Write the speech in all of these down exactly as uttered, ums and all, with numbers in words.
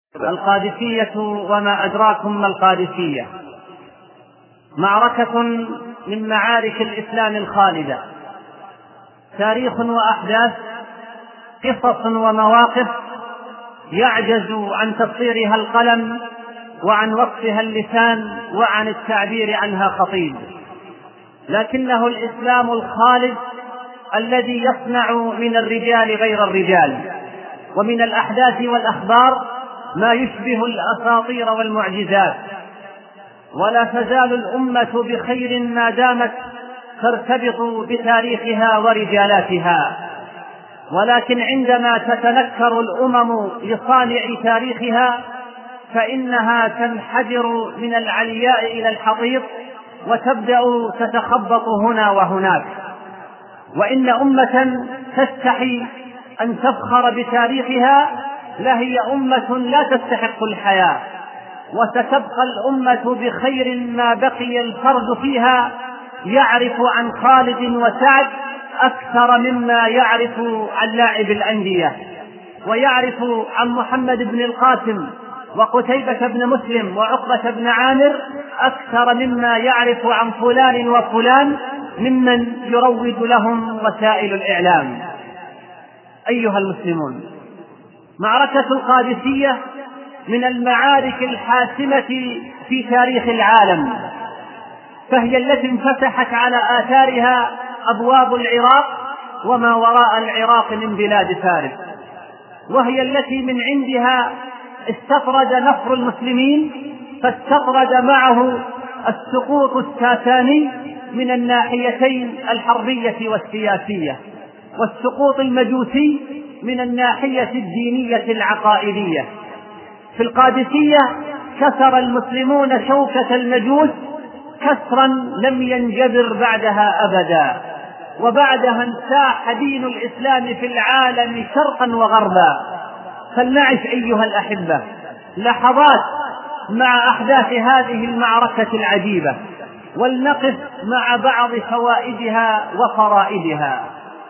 القادسية وما أدراكم ما القادسية. معركة من معارك الإسلام الخالدة، تاريخ وأحداث، قصص ومواقف يعجز عن تفسيرها القلم وعن وصفها اللسان وعن التعبير عنها خطيب، لكنه الإسلام الخالد الذي يصنع من الرجال غير الرجال، ومن الأحداث والأخبار ما يشبه الأساطير والمعجزات. ولا تزال الأمة بخير ما دامت ترتبط بتاريخها ورجالاتها، ولكن عندما تتنكر الأمم لصانع تاريخها فإنها تنحدر من العلياء إلى الحضيض وتبدأ تتخبط هنا وهناك. وإن أمة تستحي أن تفخر بتاريخها لهي أمة لا تستحق الحياة، وستبقى الأمة بخير ما بقي الفرد فيها يعرف عن خالد وسعد أكثر مما يعرف عن لاعب الأندية، ويعرف عن محمد بن القاسم وقتيبة بن مسلم وعقبة بن عامر أكثر مما يعرف عن فلان وفلان ممن يروج لهم وسائل الإعلام. أيها المسلمون، معركة القادسية من المعارك الحاسمة في تاريخ العالم، فهي التي انفتحت على آثارها أبواب العراق وما وراء العراق من بلاد فارس، وهي التي من عندها استطرد نصر المسلمين، فاستطرد معه السقوط الساساني من الناحيتين الحربية والسياسية، والسقوط المجوسي من الناحية الدينية العقائدية. في القادسية كسر المسلمون شوكة المجوس كسرا لم ينجبر بعدها أبدا، وبعدها انساح دين الإسلام في العالم شرقا وغربا. فلنعش أيها الأحبة لحظات مع أحداث هذه المعركة العجيبة، ولنقف مع بعض فوائدها وفرائدها.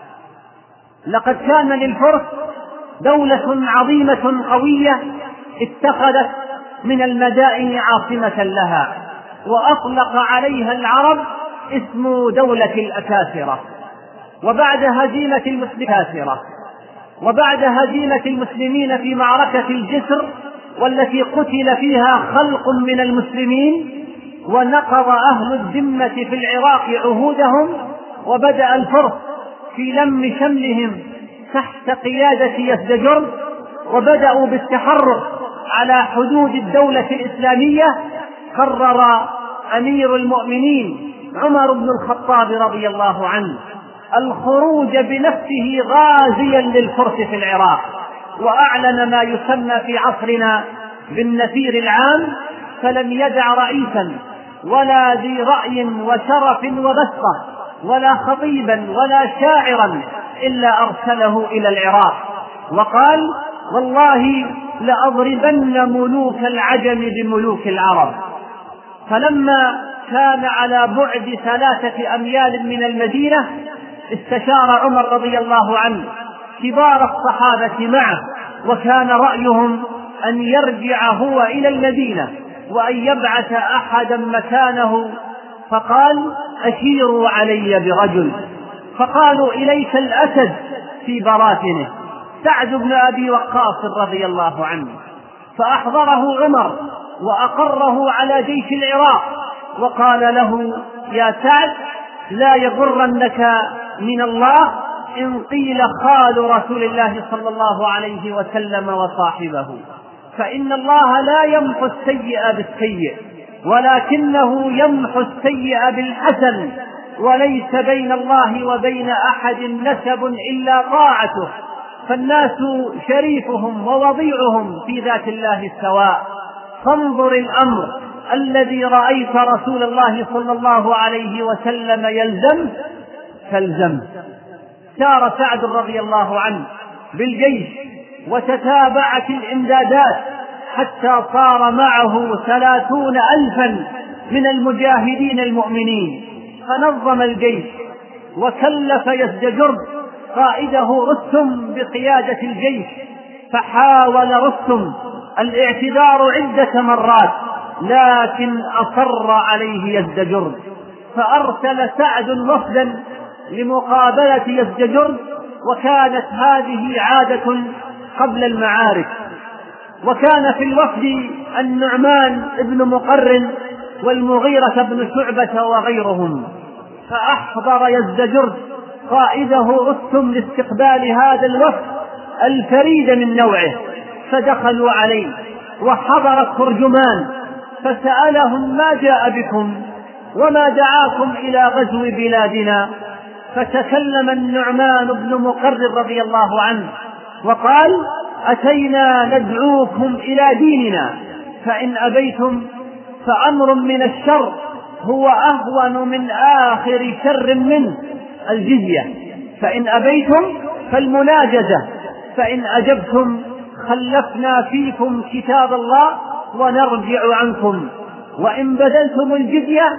لقد كان للفرس دولة عظيمة قوية اتخذت من المدائن عاصمة لها، وأطلق عليها العرب اسم دولة الأكاسرة. وبعد هزيمة المسلمين وبعد هزيمة المسلمين في معركة الجسر، والتي قتل فيها خلق من المسلمين ونقض أهل الذمة في العراق عهودهم، وبدأ الفرس في لم شملهم تحت قيادة يزدجرد، وبدأوا بالتحرك على حدود الدولة الإسلامية. قرر أمير المؤمنين عمر بن الخطاب رضي الله عنه الخروج بنفسه غازيا للفرس في العراق، وأعلن ما يسمى في عصرنا بالنفير العام، فلم يدع رئيسا ولا ذي رأي وشرف وبسطة ولا خطيبا ولا شاعرا إلا أرسله إلى العراق، وقال: والله لأضربن ملوك العجم بملوك العرب. فلما كان على بعد ثلاثة أميال من المدينة استشار عمر رضي الله عنه كبار الصحابة معه، وكان رأيهم أن يرجع هو إلى المدينة وأن يبعث أحدا مكانه، فقال: أشيروا علي برجل. فقالوا: إليك الأسد في براثنه، سعد بن أبي وقاص رضي الله عنه. فأحضره عمر وأقره على جيش العراق، وقال له: يا سعد، لا يغرنك من الله إن قيل خال رسول الله صلى الله عليه وسلم وصاحبه، فإن الله لا يمحو السيئ بالسيئ، ولكنه يمحو السيئ بالحسن، وليس بين الله وبين أحد نسب إلا طاعته، فالناس شريفهم ووضيعهم في ذات الله سواء. فانظر الأمر الذي رأيت رسول الله صلى الله عليه وسلم يلزم فالزم. سار سعد رضي الله عنه بالجيش، وتتابعت الإمدادات حتى صار معه ثلاثون ألفا من المجاهدين المؤمنين، فنظم الجيش وكلف يزدجرد قائده رستم بقيادة الجيش، فحاول رستم الاعتذار عدة مرات، لكن أصر عليه يزدجرد، فأرسل سعد وفدا لمقابلة يزدجرد، وكانت هذه عادة قبل المعارك. وكان في الوفد النعمان بن مقرن والمغيرة بن شعبة وغيرهم، فأحضر يزدجرد قائده رستم لاستقبال هذا الوفد الفريد من نوعه، فدخلوا عليه وحضر الترجمان فسألهم: ما جاء بكم وما دعاكم إلى غزو بلادنا؟ فتكلم النعمان بن مقرن رضي الله عنه وقال: أتينا ندعوكم إلى ديننا، فإن أبيتم فأمر من الشر هو أهون من آخر شر منه، الجزية، فإن أبيتم فالمناجزة، فإن أجبتم خلفنا فيكم كتاب الله ونرجع عنكم، وإن بذلتم الجزية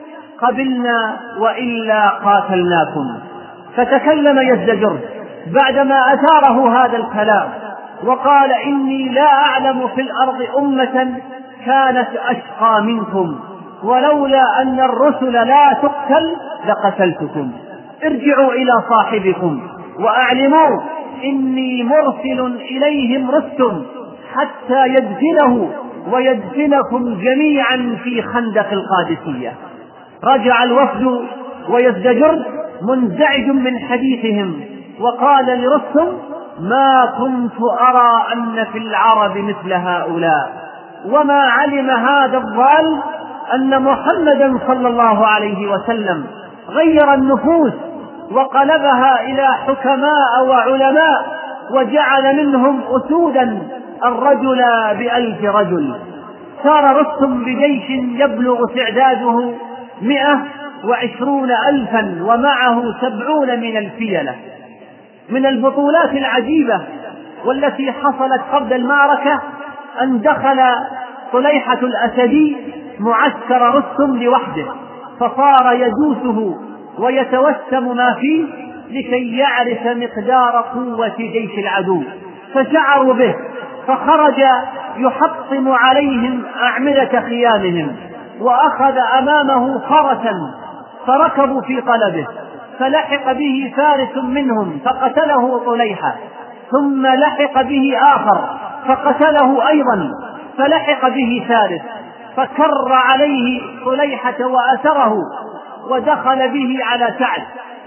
قبلنا وإلا قاتلناكم. فتكلم يزدجرد بعدما أثاره هذا الكلام وقال: إني لا أعلم في الأرض أمة كانت أشقى منكم، ولولا أن الرسل لا تقتل لقتلتكم، ارجعوا إلى صاحبكم وأعلموا إني مرسل إليهم رستم حتى يدفنه ويدفنكم جميعا في خندق القادسية. رجع الوفد ويزدجرد منزعج من حديثهم، وقال لرستم: ما كنت أرى أن في العرب مثل هؤلاء، وما علم هذا الضال أن محمدا صلى الله عليه وسلم غير النفوس وقلبها إلى حكماء وعلماء، وجعل منهم أسودا الرجل بألف رجل. سار رستم بجيش يبلغ تعداده مئة وعشرون ألفا ومعه سبعون من الفيلة. من البطولات العجيبة والتي حصلت قبل المعركة أن دخل طليحة الأسدي معسكر رستم لوحده، فصار يدوسه ويتوسم ما فيه لكي يعرف مقدار قوة جيش العدو، فشعروا به، فخرج يحطم عليهم أعمدة خيامهم، وأخذ أمامه فرسا فركبوا في طلبه، فلحق به فارس منهم فقتله طليحة، ثم لحق به آخر فقتله أيضا، فلحق به ثالث، فكر عليه طليحة وأسره ودخل به على سعد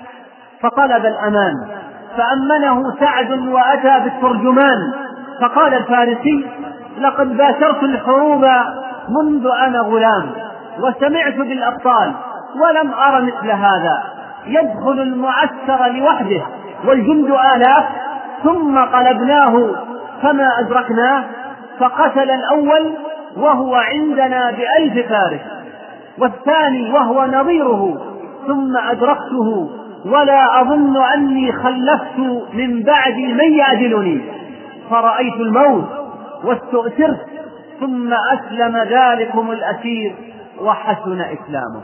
فطلب الأمان، فأمنه سعد وأتى بالترجمان، فقال الفارسي: لقد باشرت الحروب منذ أنا غلام وسمعت بالأبطال ولم أر مثل هذا، يدخل المعسكر لوحده والجند آلاف، ثم قلبناه فما أدركناه، فقتل الأول وهو عندنا بألف فارس، والثاني وهو نظيره، ثم أدركته ولا أظن أني خلفت من بعدي من يعدلني، فرأيت الموت واستؤثرت، ثم أسلم ذلكم الأسير وحسن إسلامه.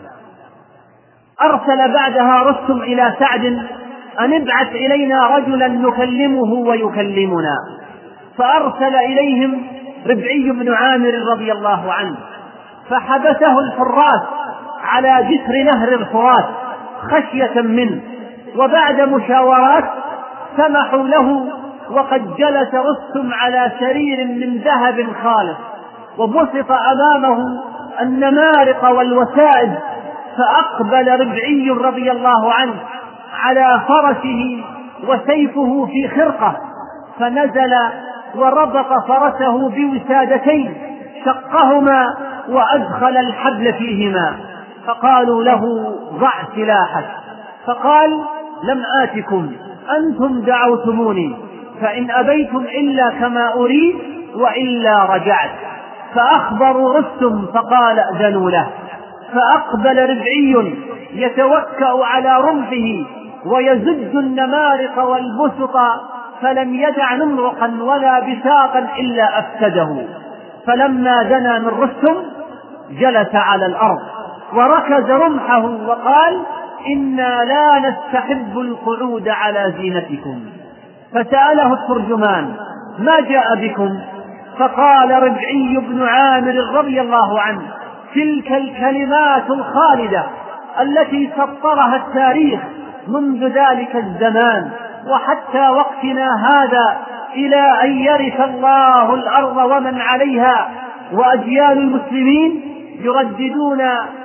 أرسل بعدها رستم إلى سعد أن ابعث إلينا رجلا نكلمه ويكلمنا، فأرسل إليهم ربعي بن عامر رضي الله عنه، فحبسه الحراس على جسر نهر الفرات خشية منه، وبعد مشاورات سمحوا له، وقد جلس رستم على سرير من ذهب خالص، وبسط أمامه النمارق والوسائد، فأقبل ربعي رضي الله عنه على فرسه وسيفه في خرقة، فنزل وربط فرسه بوسادتين شقهما وأدخل الحبل فيهما، فقالوا له: ضع سلاحك، فقال: لم آتكم، أنتم دعوتموني، فإن أبيتم إلا كما أريد وإلا رجعت. فأخبروا رستم فقال: أذنوا له. فأقبل ربعي يتوكأ على رمحه ويزج النمارق والبسط، فلم يدع نمرقا ولا بساقا إلا أفسده. فلما دنا من رستم جلس على الأرض وركز رمحه وقال: إنا لا نستحب القعود على زينتكم. فسأله الترجمان: ما جاء بكم فقال ربعي بن عامر رضي الله عنه: تلك الكلمات الخالدة التي سطرها التاريخ منذ ذلك الزمان وحتى وقتنا هذا إلى أن يرث الله الأرض ومن عليها، وأجيال المسلمين يرددون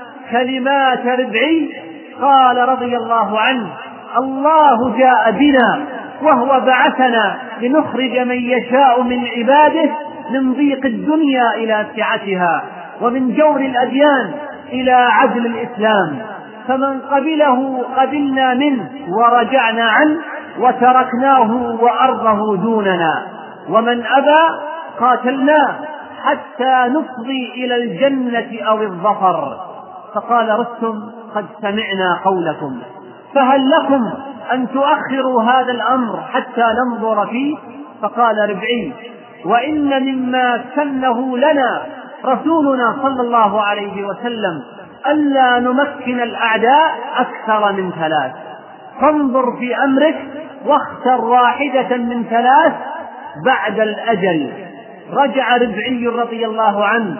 كلمات ربعي. قال رضي الله عنه: الله جاء بنا وهو بعثنا لنخرج من يشاء من عباده من ضيق الدنيا إلى سعتها، ومن جور الأديان إلى عدل الإسلام، فمن قبله قبلنا منه ورجعنا عنه وتركناه وأرضه دوننا، ومن أبى قاتلناه حتى نفضي إلى الجنة أو الظفر. فقال رستم: قد سمعنا قولكم، فهل لكم أن تؤخروا هذا الأمر حتى ننظر فيه؟ فقال ربعي: وإن مما سنه لنا رسولنا صلى الله عليه وسلم ألا نمكن الأعداء أكثر من ثلاث، فانظر في أمرك واختر واحدة من ثلاث بعد الأجل. رجع ربعي رضي الله عنه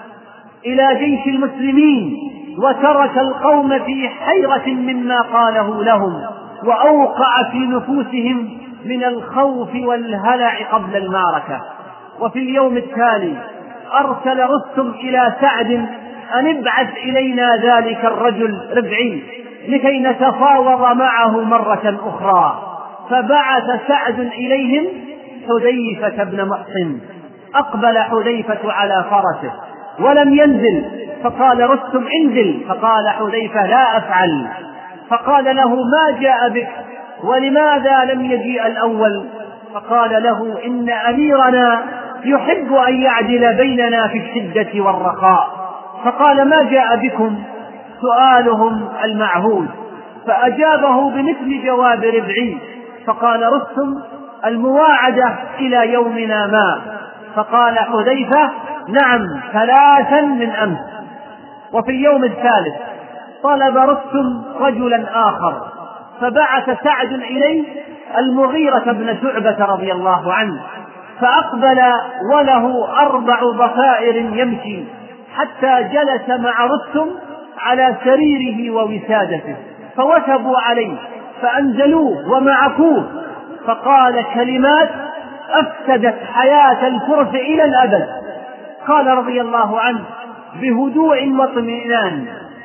إلى جيش المسلمين وترك القوم في حيرة مما قاله لهم، وأوقع في نفوسهم من الخوف والهلع قبل المعركة. وفي اليوم التالي أرسل رستم إلى سعد أن ابعث إلينا ذلك الرجل ربعي لكي نتفاوض معه مرة أخرى. فبعث سعد إليهم حذيفة بن محصن. أقبل حذيفة على فرسه ولم ينزل، فقال رستم: انزل. فقال حذيفة: لا أفعل. فقال له: ما جاء بك ولماذا لم يجيء الأول؟ فقال له: إن أميرنا يحب أن يعدل بيننا في الشدة والرخاء. فقال: ما جاء بكم؟ سؤالهم المعهود. فأجابه بمثل جواب ربعي. فقال رستم: المواعدة إلى يومنا ما. فقال حذيفة: نعم، ثلاثا من أمس. وفي اليوم الثالث طلب رستم رجلا آخر، فبعث سعد إليه المغيرة بن شعبة رضي الله عنه، فأقبل وله أربع ضفائر يمشي، حتى جلس مع رستم على سريره ووسادته، فوثبوا عليه فأنزلوه ومعكوه، فقال كلمات أفسدت حياة الفرس إلى الأبد. قال رضي الله عنه بهدوء واطمئنان: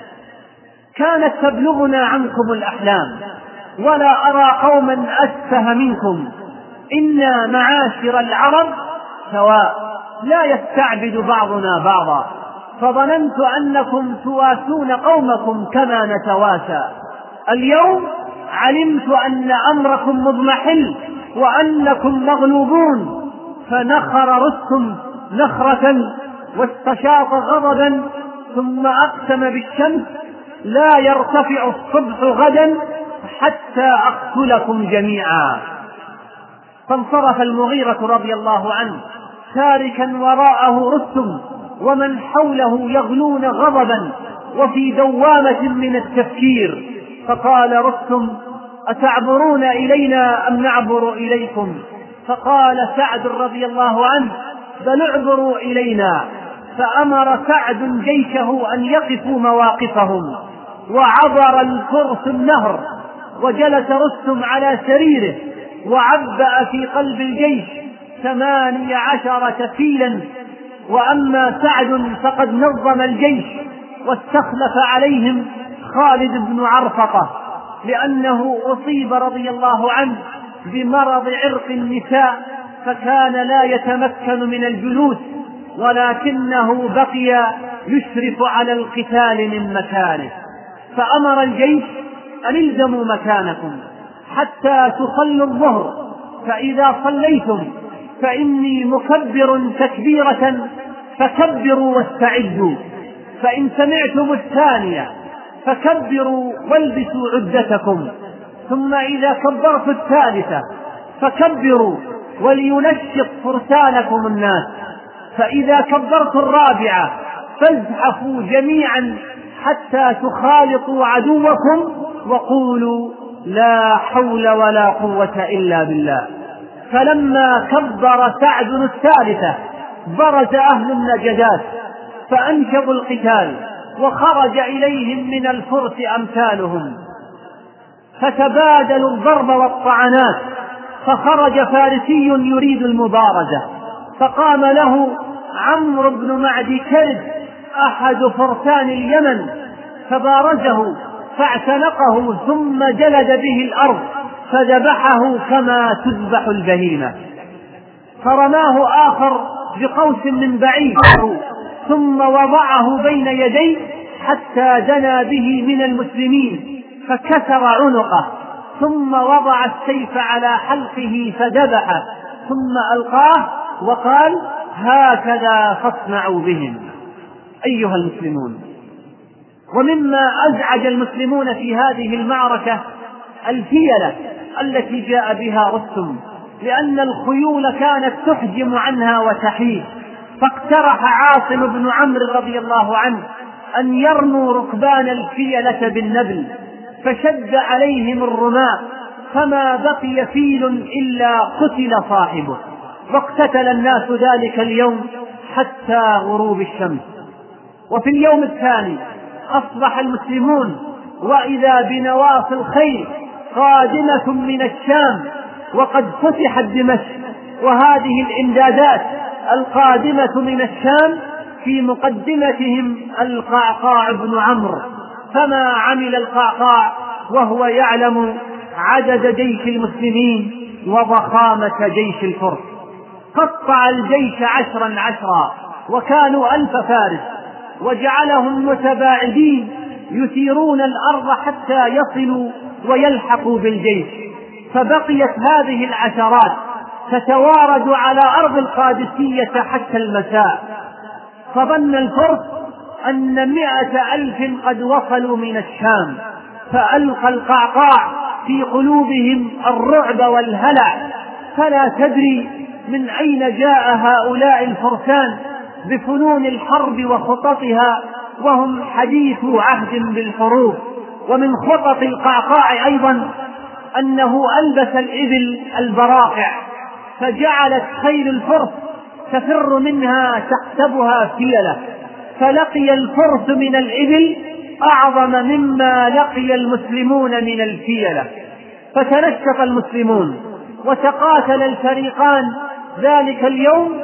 كانت تبلغنا عنكم الأحلام، ولا أرى قوما أسفه منكم، إنا معاشر العرب سواء، لا يستعبد بعضنا بعضا، فظننت أنكم تواسون قومكم كما نتواسى. اليوم علمت أن أمركم مضمحل وأنكم مغلوبون. فنخر رستم نخرة واستشاط غضبا، ثم أقسم بالشمس: لا يرتفع الصبح غدا حتى أقتلكم جميعا. فانصرف المغيرة رضي الله عنه تاركا وراءه رستم ومن حوله يغلون غضبا وفي دوامة من التفكير. فقال رستم: أتعبرون إلينا أم نعبر إليكم؟ فقال سعد رضي الله عنه: بل اعبروا إلينا. فأمر سعد جيشه أن يقفوا مواقفهم، وعبر الفرس النهر، وجلس رستم على سريره، وعبأ في قلب الجيش ثماني عشرة فيلا. وأما سعد فقد نظم الجيش واستخلف عليهم خالد بن عرفقة، لأنه أصيب رضي الله عنه بمرض عرق النساء، فكان لا يتمكن من الجلوس، ولكنه بقي يشرف على القتال من مكانه. فأمر الجيش أن الزموا مكانكم حتى تصلوا الظهر، فإذا صليتم فإني مكبر تكبيرة فكبروا واستعدوا، فإن سمعتم الثانية فكبروا والبسوا عدتكم، ثم إذا كبرت الثالثة فكبروا ولينشط فرسانكم الناس، فإذا كبرت الرابعة فازحفوا جميعا حتى تخالطوا عدوكم وقولوا: لا حول ولا قوة إلا بالله. فلما كبر سعد الثالثة برز أهل النجدات فأنشبوا القتال، وخرج إليهم من الفرس أمثالهم فتبادلوا الضرب والطعنات، فخرج فارسي يريد المبارزة، فقام له عمرو بن معدي كرب أحد فرسان اليمن فبارزه فاعتنقه ثم جلد به الأرض فذبحه كما تذبح البهيمة. فرماه آخر بقوس من بعيد ثم وضعه بين يديه حتى دنا به من المسلمين فكسر عنقه، ثم وضع السيف على حلقه فذبحه ثم ألقاه وقال: هكذا فاصنعوا بهم. أيها المسلمون، ومما أزعج المسلمون في هذه المعركة الفيلة التي جاء بها رستم، لأن الخيول كانت تحجم عنها وتحيد، فاقترح عاصم بن عمرو رضي الله عنه أن يرموا ركبان الفيلة بالنبل، فشد عليهم الرماة فما بقي فيل إلا قتل صاحبه، واقتتل الناس ذلك اليوم حتى غروب الشمس. وفي اليوم الثاني أصبح المسلمون وإذا بنواصي الخيل قادمة من الشام وقد فتحت دمشق، وهذه الإمدادات القادمة من الشام في مقدمتهم القعقاع بن عمرو، فما عمل القعقاع وهو يعلم عدد جيش المسلمين وضخامة جيش الفرس. قطع الجيش عشرا عشرا وكانوا ألف فارس، وجعلهم متباعدين يسيرون الأرض حتى يصلوا ويلحقوا بالجيش، فبقيت هذه العشرات تتوارد على أرض القادسية حتى المساء، فظن الفرس أن مئة ألف قد وصلوا من الشام، فألقى القعقاع في قلوبهم الرعب والهلع، فلا تدري من أين جاء هؤلاء الفرسان بفنون الحرب وخططها وهم حديث عهد بالحروب. ومن خطط القعقاع أيضا أنه ألبس الإبل البراقع، فجعلت خيل الفرس تفر منها تحسبها فيلة، فلقي الفرس من الإبل أعظم مما لقي المسلمون من الفيلة، فتنشط المسلمون وتقاتل الفريقان ذلك اليوم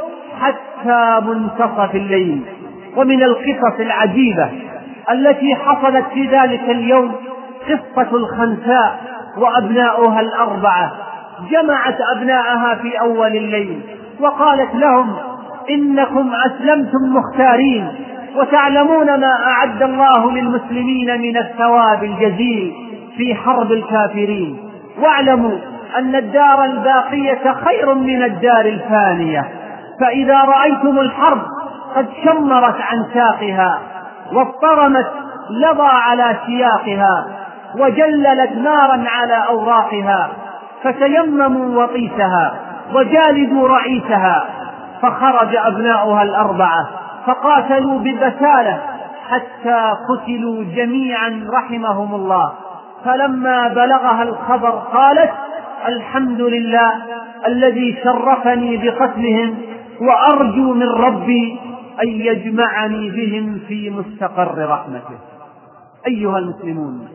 حتى منتصف الليل. ومن القصص العجيبة التي حصلت في ذلك اليوم قصة الخنساء وأبناؤها الأربعة. جمعت أبناءها في أول الليل وقالت لهم: إنكم أسلمتم مختارين، وتعلمون ما أعد الله للمسلمين من الثواب الجزيل في حرب الكافرين، واعلموا أن الدار الباقية خير من الدار الفانية، فإذا رأيتم الحرب قد شمرت عن ساقها واضطرمت لظى على سياقها وجللت نارا على أوراقها، فتيمموا وطيسها وجالدوا رئيسها. فخرج أبناؤها الأربعة فقاتلوا ببسالة حتى قتلوا جميعا رحمهم الله. فلما بلغها الخبر قالت: الحمد لله الذي شرفني بقتلهم، وأرجو من ربي أن يجمعني بهم في مستقر رحمته. أيها المسلمون،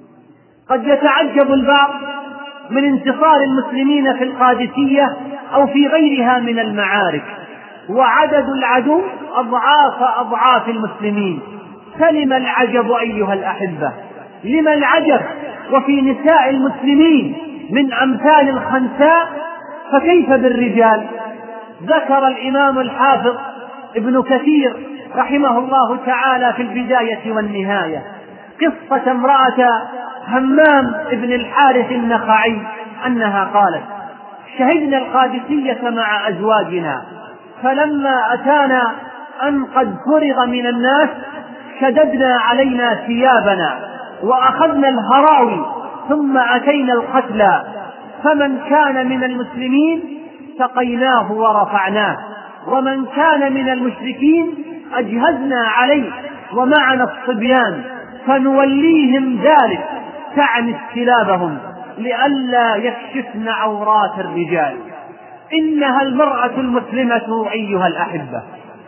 قد يتعجب البعض من انتصار المسلمين في القادسية أو في غيرها من المعارك، وعدد العدو أضعاف أضعاف المسلمين، فلم العجب أيها الأحبة؟ لم العجب وفي نساء المسلمين من أمثال الخنساء؟ فكيف بالرجال؟ ذكر الإمام الحافظ ابن كثير رحمه الله تعالى في البداية والنهاية قصة امرأة همام ابن الحارث النخعي أنها قالت: شهدنا القادسية مع أزواجنا، فلما أتانا أن قد فرغ من الناس شددنا علينا ثيابنا وأخذنا الهراوي ثم أتينا القتلى، فمن كان من المسلمين سقيناه ورفعناه، ومن كان من المشركين أجهزنا عليه ومعنا الصبيان فنوليهم ذلك، تعني استلابهم لئلا يكشفن عورات الرجال. إنها المرأة المسلمة أيها الأحبة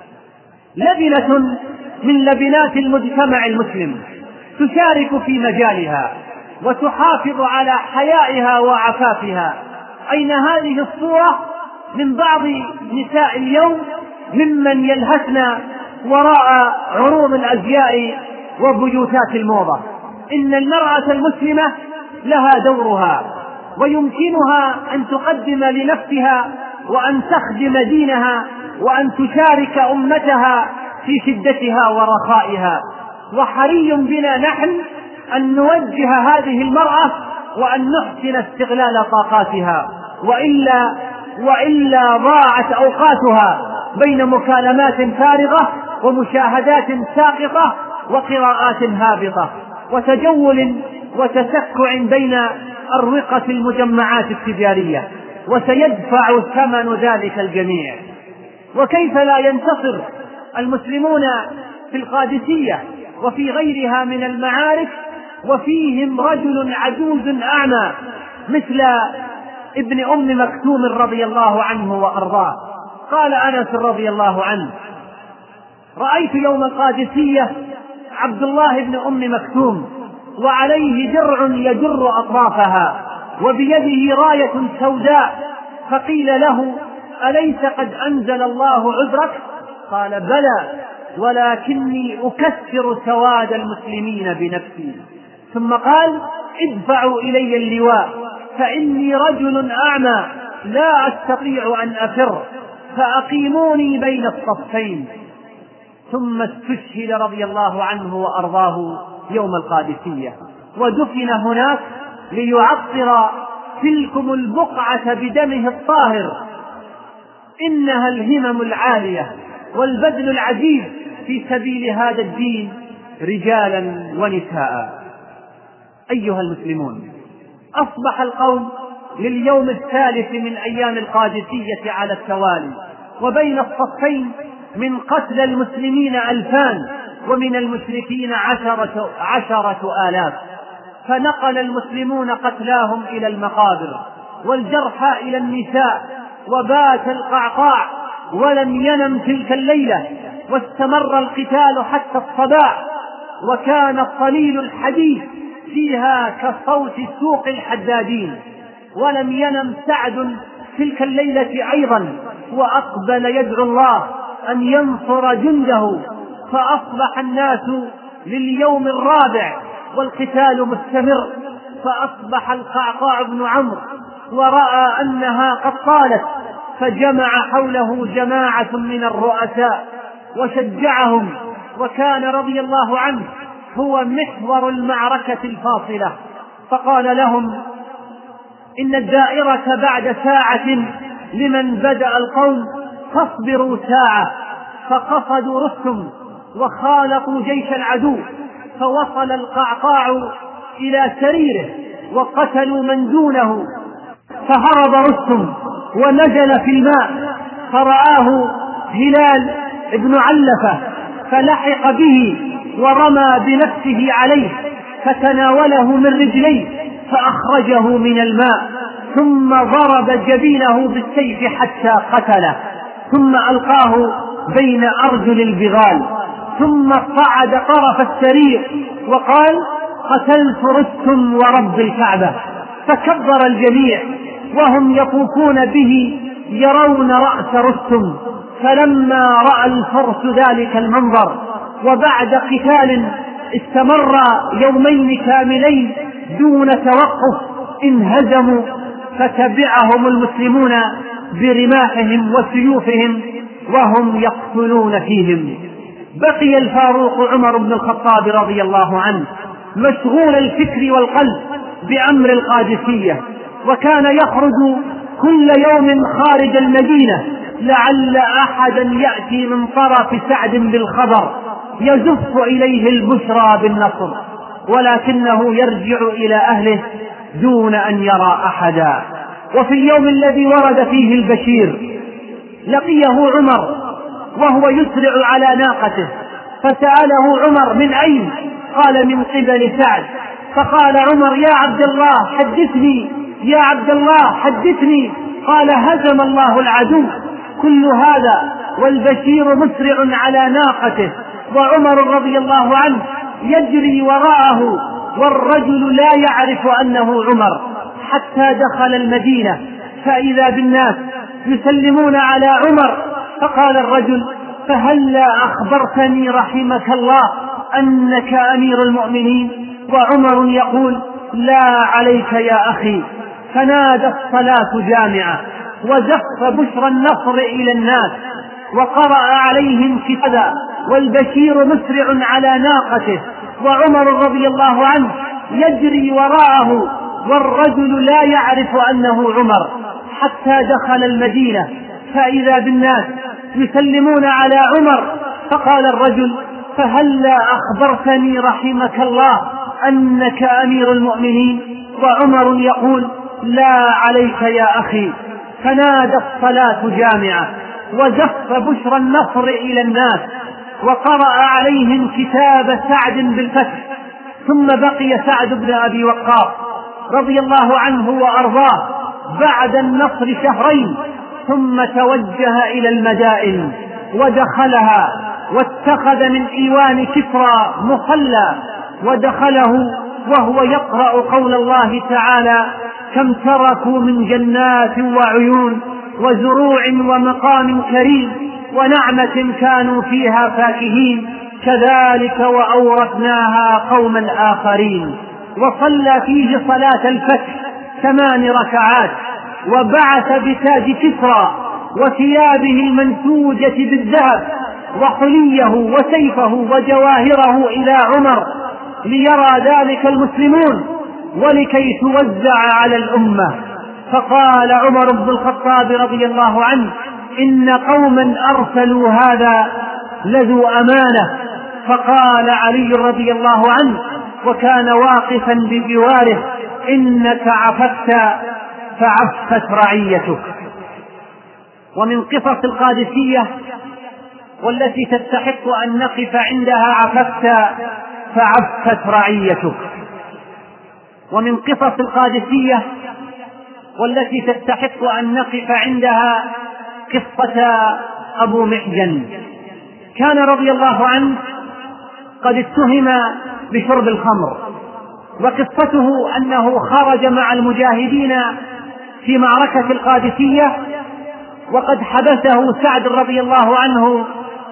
لبنة من لبنات المجتمع المسلم، تشارك في مجالها وتحافظ على حيائها وعفافها. أين هذه الصورة من بعض نساء اليوم ممن يلهثن وراء عروض الأزياء وبيوتات الموضة؟ إن المرأة المسلمة لها دورها، ويمكنها أن تقدم لنفسها وأن تخدم دينها وأن تشارك أمتها في شدتها ورخائها. وحري بنا نحن أن نوجه هذه المرأة وأن نحسن استغلال طاقاتها، وإلا, وإلا ضاعت أوقاتها بين مكالمات فارغة ومشاهدات ساقطة وقراءات هابطة وتجول وتسكع بين أروقة المجمعات التجارية، وسيدفع ثمن ذلك الجميع. وكيف لا ينتصر المسلمون في القادسية وفي غيرها من المعارك وفيهم رجل عجوز أعمى مثل ابن أم مكتوم رضي الله عنه وأرضاه؟ قال أنس رضي الله عنه: رأيت يوم القادسية عبد الله بن أم مكتوم وعليه درع يجر أطرافها وبيده راية سوداء، فقيل له: أليس قد أنزل الله عذرك؟ قال: بلى، ولكني أكسر سواد المسلمين بنفسي. ثم قال: ادفعوا إلي اللواء فإني رجل أعمى لا أستطيع أن أفر، فأقيموني بين الصفين. ثم استشهد رضي الله عنه وأرضاه يوم القادسية، ودفن هناك ليعطر تلكم البقعة بدمه الطاهر. إنها الهمم العالية والبذل العجيب في سبيل هذا الدين رجالا ونساء. أيها المسلمون، أصبح القوم لليوم الثالث من أيام القادسية على التوالي، وبين الصفين من قتل المسلمين ألفان ومن المشركين عشرة, عشرة آلاف، فنقل المسلمون قتلاهم إلى المقابر والجرحى إلى النساء، وبات القعقاع ولم ينم تلك الليلة، واستمر القتال حتى الصباح، وكان الصليل الحديث فيها كصوت سوق الحدادين. ولم ينم سعد تلك الليلة أيضا، وأقبل يدعو الله أن ينصر جنده، فأصبح الناس لليوم الرابع والقتال مستمر. فأصبح القعقاع بن عمرو ورأى أنها قد طالت، فجمع حوله جماعة من الرؤساء وشجعهم، وكان رضي الله عنه هو محور المعركة الفاصلة، فقال لهم: إن الدائرة بعد ساعة لمن بدأ القوم، فاصبروا ساعة. فقصدوا رستم وخالطوا جيش العدو، فوصل القعقاع إلى سريره وقتلوا من دونه، فهرب رستم ونزل في الماء، فرآه هلال ابن علفة فلحق به ورمى بنفسه عليه، فتناوله من رجليه فأخرجه من الماء، ثم ضرب جبينه بالسيف حتى قتله، ثم ألقاه بين أرجل البغال، ثم صعد طرف السرير وقال: قتلت رستم ورب الكعبة. فكبر الجميع وهم يطوفون به يرون رأس رستم. فلما رأى الفرس ذلك المنظر وبعد قتال استمر يومين كاملين دون توقف انهزموا، فتبعهم المسلمون برماحهم وسيوفهم وهم يقتلون فيهم. بقي الفاروق عمر بن الخطاب رضي الله عنه مشغول الفكر والقلب بأمر القادسية، وكان يخرج كل يوم خارج المدينة لعل أحدا يأتي من طرف سعد بالخبر يزف إليه البشرى بالنصر، ولكنه يرجع إلى أهله دون أن يرى أحدا. وفي اليوم الذي ورد فيه البشير لقيه عمر وهو يسرع على ناقته، فسأله عمر: من أين؟ قال: من قبل سعد. فقال عمر: يا عبد الله حدثني، يا عبد الله حدثني. قال هزم الله العدو. كل هذا والبشير مسرع على ناقته، وعمر رضي الله عنه يجري وراءه والرجل لا يعرف أنه عمر، حتى دخل المدينة فإذا بالناس يسلمون على عمر. فقال الرجل فهلا أخبرتني رحمك الله أنك أمير المؤمنين؟ وعمر يقول لا عليك يا أخي. فنادى الصلاة جامعة وزف بشرى النصر إلى الناس وقرأ عليهم كذا والبشير مسرع على ناقته، وعمر رضي الله عنه يجري وراءه والرجل لا يعرف أنه عمر، حتى دخل المدينة فإذا بالناس يسلمون على عمر. فقال الرجل فهلا أخبرتني رحمك الله أنك أمير المؤمنين؟ وعمر يقول لا عليك يا أخي. فنادى الصلاة جامعة وزف بشرى النصر إلى الناس وقرأ عليهم كتاب سعد بالفتح. ثم بقي سعد بن أبي وقاص رضي الله عنه وأرضاه بعد النصر شهرين، ثم توجه إلى المدائن ودخلها واتخذ من إيوان كسرى مصلى ودخله وهو يقرأ قول الله تعالى كم تركوا من جنات وعيون وزروع ومقام كريم ونعمة كانوا فيها فاكهين كذلك وأورثناها قوما آخرين. وصلى فيه صلاة الفتح ثمان ركعات، وبعث بتاج كسرى وثيابه المنسوجة بالذهب وحليه وسيفه وجواهره إلى عمر ليرى ذلك المسلمون ولكي توزع على الأمة. فقال عمر بن الخطاب رضي الله عنه إن قوما أرسلوا هذا لذو أمانة. فقال علي رضي الله عنه وكان واقفا بجواره إنك عففت فعفت رعيتك. ومن قصص القادسية والتي تستحق أن نقف عندها عففت فعفت رعيتك. ومن قصص القادسية والتي تستحق أن نقف عندها قصة أبو محجن. كان رضي الله عنه قد اتهم بشرب الخمر، وقصته أنه خرج مع المجاهدين في معركة القادسية وقد حبسه سعد رضي الله عنه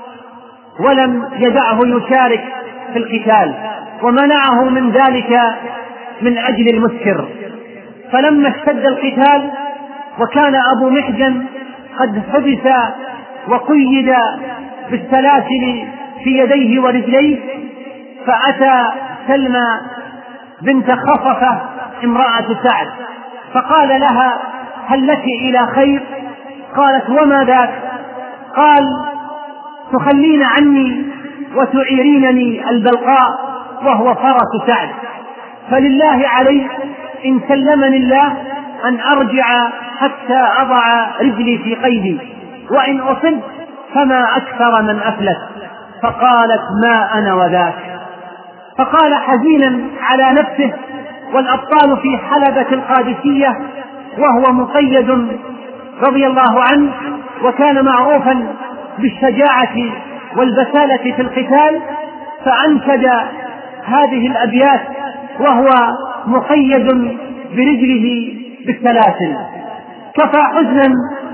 ولم يدعه يشارك في القتال ومنعه من ذلك من أجل المسكر. فلما اشتد القتال وكان أبو محجن قد حبس وقيد بالسلاسل في يديه ورجليه، فأتى سلمى بنت خصفة امرأة سعد فقال لها هل لك إلى خير؟ قالت وما ذاك؟ قال تخلين عني وتعيرينني البلقاء وهو فرس سعد، فلله علي إن سلمني الله أن أرجع حتى أضع رجلي في قيدي، وإن أصب فما أكثر من أفلت. فقالت ما أنا وذاك. فقال حزينا على نفسه والأبطال في حلبة القادسية وهو مقيد رضي الله عنه وكان معروفا بالشجاعة والبسالة في القتال، فأنشد هذه الأبيات وهو مقيد برجله بالسلاسل: كفى حزنا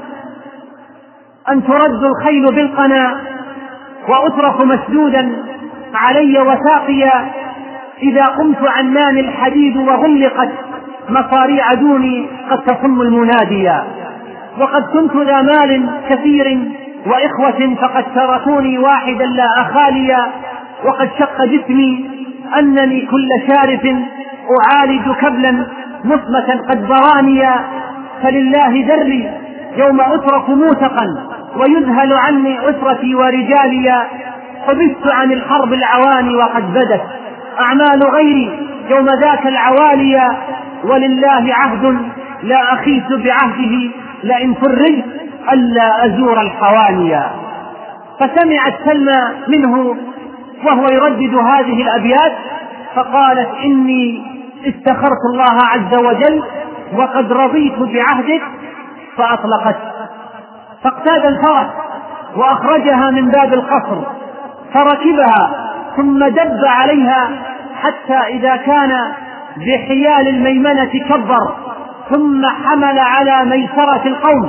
أن ترد الخيل بالقنا وأترك مسدودا علي وثاقيا، إذا قمت عنان الحديد وغلقت مصاريع دوني قد تصم المناديا، وقد كنت ذا مال كثير وإخوة فقد تركوني واحدا لا أخاليا، وقد شق جسمي أنني كل شارف أعالج كبلا مصمة قد برانيا، فلله ذري يوم أترك موثقا ويذهل عني أسرتي ورجاليا، حبست عن الحرب العواني وقد بدت أعمال غيري يوم ذاك العواليا، ولله عهد لا أخيس بعهده لئن فرجت ألا أزور الحوانيا. فسمعت سلمى منه وهو يردد هذه الأبيات فقالت إني استخرت الله عز وجل وقد رضيت بعهدك فأطلقت، فاقتاد الفرس وأخرجها من باب القصر فركبها ثم دب عليها حتى إذا كان بحيال الميمنة كبر، ثم حمل على ميسرة القوم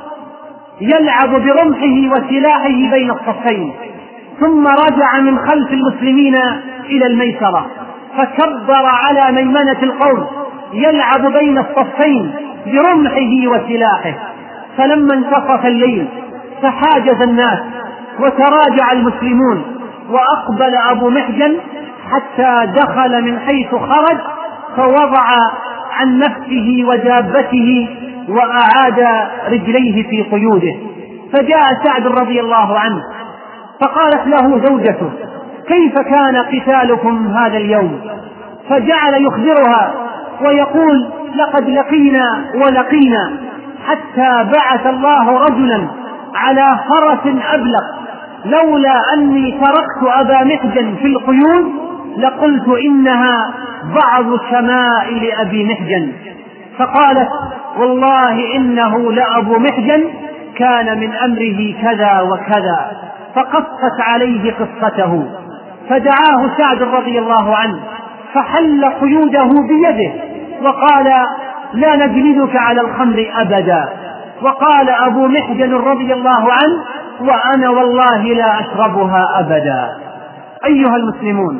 يلعب برمحه وسلاحه بين الصفين، ثم رجع من خلف المسلمين إلى الميسرة فكبر على ميمنة القوم يلعب بين الصفين برمحه وسلاحه. فلما انتصف الليل تحاجز الناس وتراجع المسلمون، وأقبل أبو محجن حتى دخل من حيث خرج فوضع عن نفسه ودابته وأعاد رجليه في قيوده. فجاء سعد رضي الله عنه فقالت له زوجته: كيف كان قتالكم هذا اليوم؟ فجعل يخبرها ويقول: لقد لقينا ولقينا، حتى بعث الله رجلا على فرس أبلغ، لولا أني تركت أبا محجن في القيود لقلت إنها بعض شمائل أبي محجن. فقالت: والله إنه لأبو محجن كان من أمره كذا وكذا، فقصت عليه قصته. فدعاه سعد رضي الله عنه فحل قيوده بيده وقال: لا نجلدك على الخمر أبدا. وقال أبو محجن رضي الله عنه: وأنا والله لا أشربها أبدا. أيها المسلمون،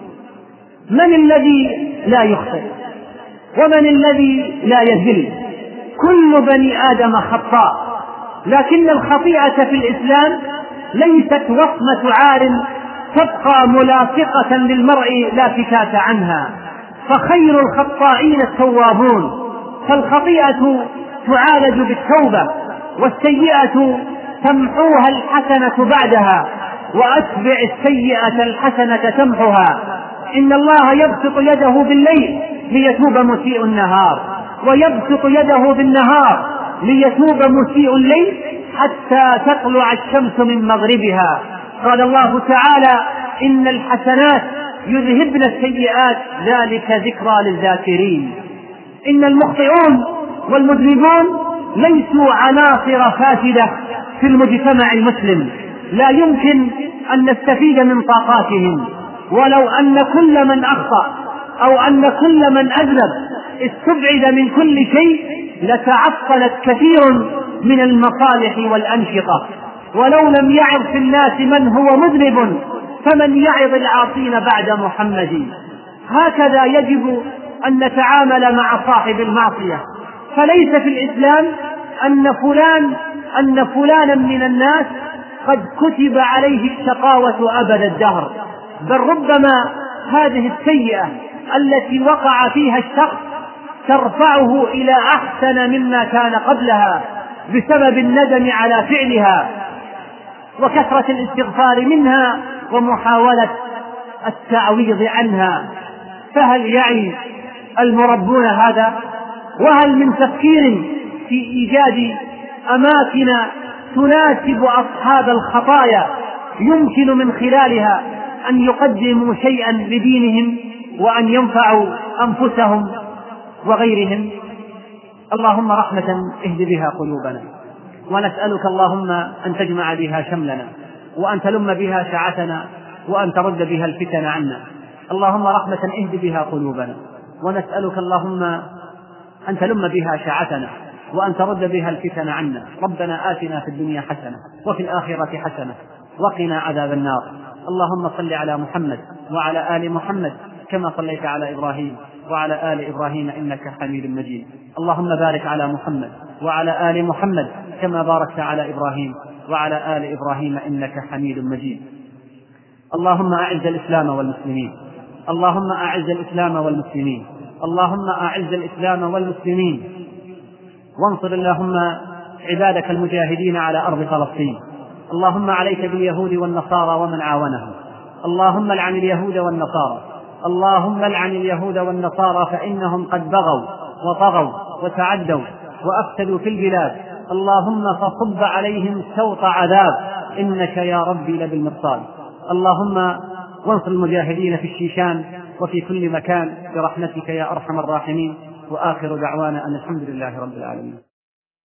من الذي لا يخطئ؟ ومن الذي لا يزل؟ كل بني آدم خطاء، لكن الخطيئة في الإسلام ليست وصمة عار تبقى ملاصقة للمرء لا فكاك عنها، فخير الخطائين التوابون. فالخطيئة تعالج بالتوبة، والسيئة تمحوها الحسنة بعدها، وأتبع السيئة الحسنة تمحها. إن الله يبسط يده بالليل ليتوب مسيء النهار، ويبسط يده بالنهار ليتوب مسيء الليل حتى تطلع الشمس من مغربها. قال الله تعالى: إن الحسنات يذهبن السيئات ذلك ذكرى للذاكرين. إن المخطئون والمذنبون ليسوا عناصر فاسدة في المجتمع المسلم، لا يمكن أن نستفيد من طاقاتهم. ولو أن كل من أخطأ أو أن كل من أذنب استبعد من كل شيء لتعطلت كثير من المصالح والأنشطة. ولو لم يعظ في الناس من هو مذنب فمن يعظ العاصين بعد محمد. هكذا يجب أن نتعامل مع صاحب المعصية. فليس في الإسلام أن فلان أن فلانا من الناس قد كتب عليه الشقاوة أبد الدهر، بل ربما هذه السيئة التي وقع فيها الشخص ترفعه إلى أحسن مما كان قبلها بسبب الندم على فعلها وكثرة الاستغفار منها ومحاولة التعويض عنها. فهل يعي المربون هذا؟ وهل من تفكير في إيجاد أماكن تناسب أصحاب الخطايا يمكن من خلالها أن يقدموا شيئا لدينهم وأن ينفعوا أنفسهم وغيرهم؟ اللهم رحمة اهد بها قلوبنا، ونسألك اللهم أن تجمع بها شملنا، وأن تلم بها شعتنا، وأن ترد بها الفتن عنا. اللهم رحمة اهد بها قلوبنا، ونسألك اللهم أن تلم بها شعتنا، وأن ترد بها الفتن عنا. ربنا آتنا في الدنيا حسنة وفي الآخرة حسنة وقنا عذاب النار. اللهم صل على محمد وعلى آل محمد كما صليت على إبراهيم وعلى آل إبراهيم إنك حميد مجيد. اللهم بارك على محمد وعلى آل محمد كما باركت على إبراهيم وعلى آل إبراهيم إنك حميد مجيد. اللهم أعز الإسلام والمسلمين، اللهم أعز الإسلام والمسلمين، اللهم أعز الإسلام والمسلمين، وانصر اللهم عبادك المجاهدين على أرض فلسطين. اللهم عليك باليهود والنصارى ومن عاونهم. اللهم لعن اليهود والنصارى، اللهم لعن اليهود والنصارى فإنهم قد بغوا وطغوا وتعدوا وأفسدوا في البلاد. اللهم فصب عليهم سوط عذاب إنك يا ربي لبالمرصاد. اللهم وانصر المجاهدين في الشيشان وفي كل مكان برحمتك يا أرحم الراحمين. وآخر دعوانا أن الحمد لله رب العالمين.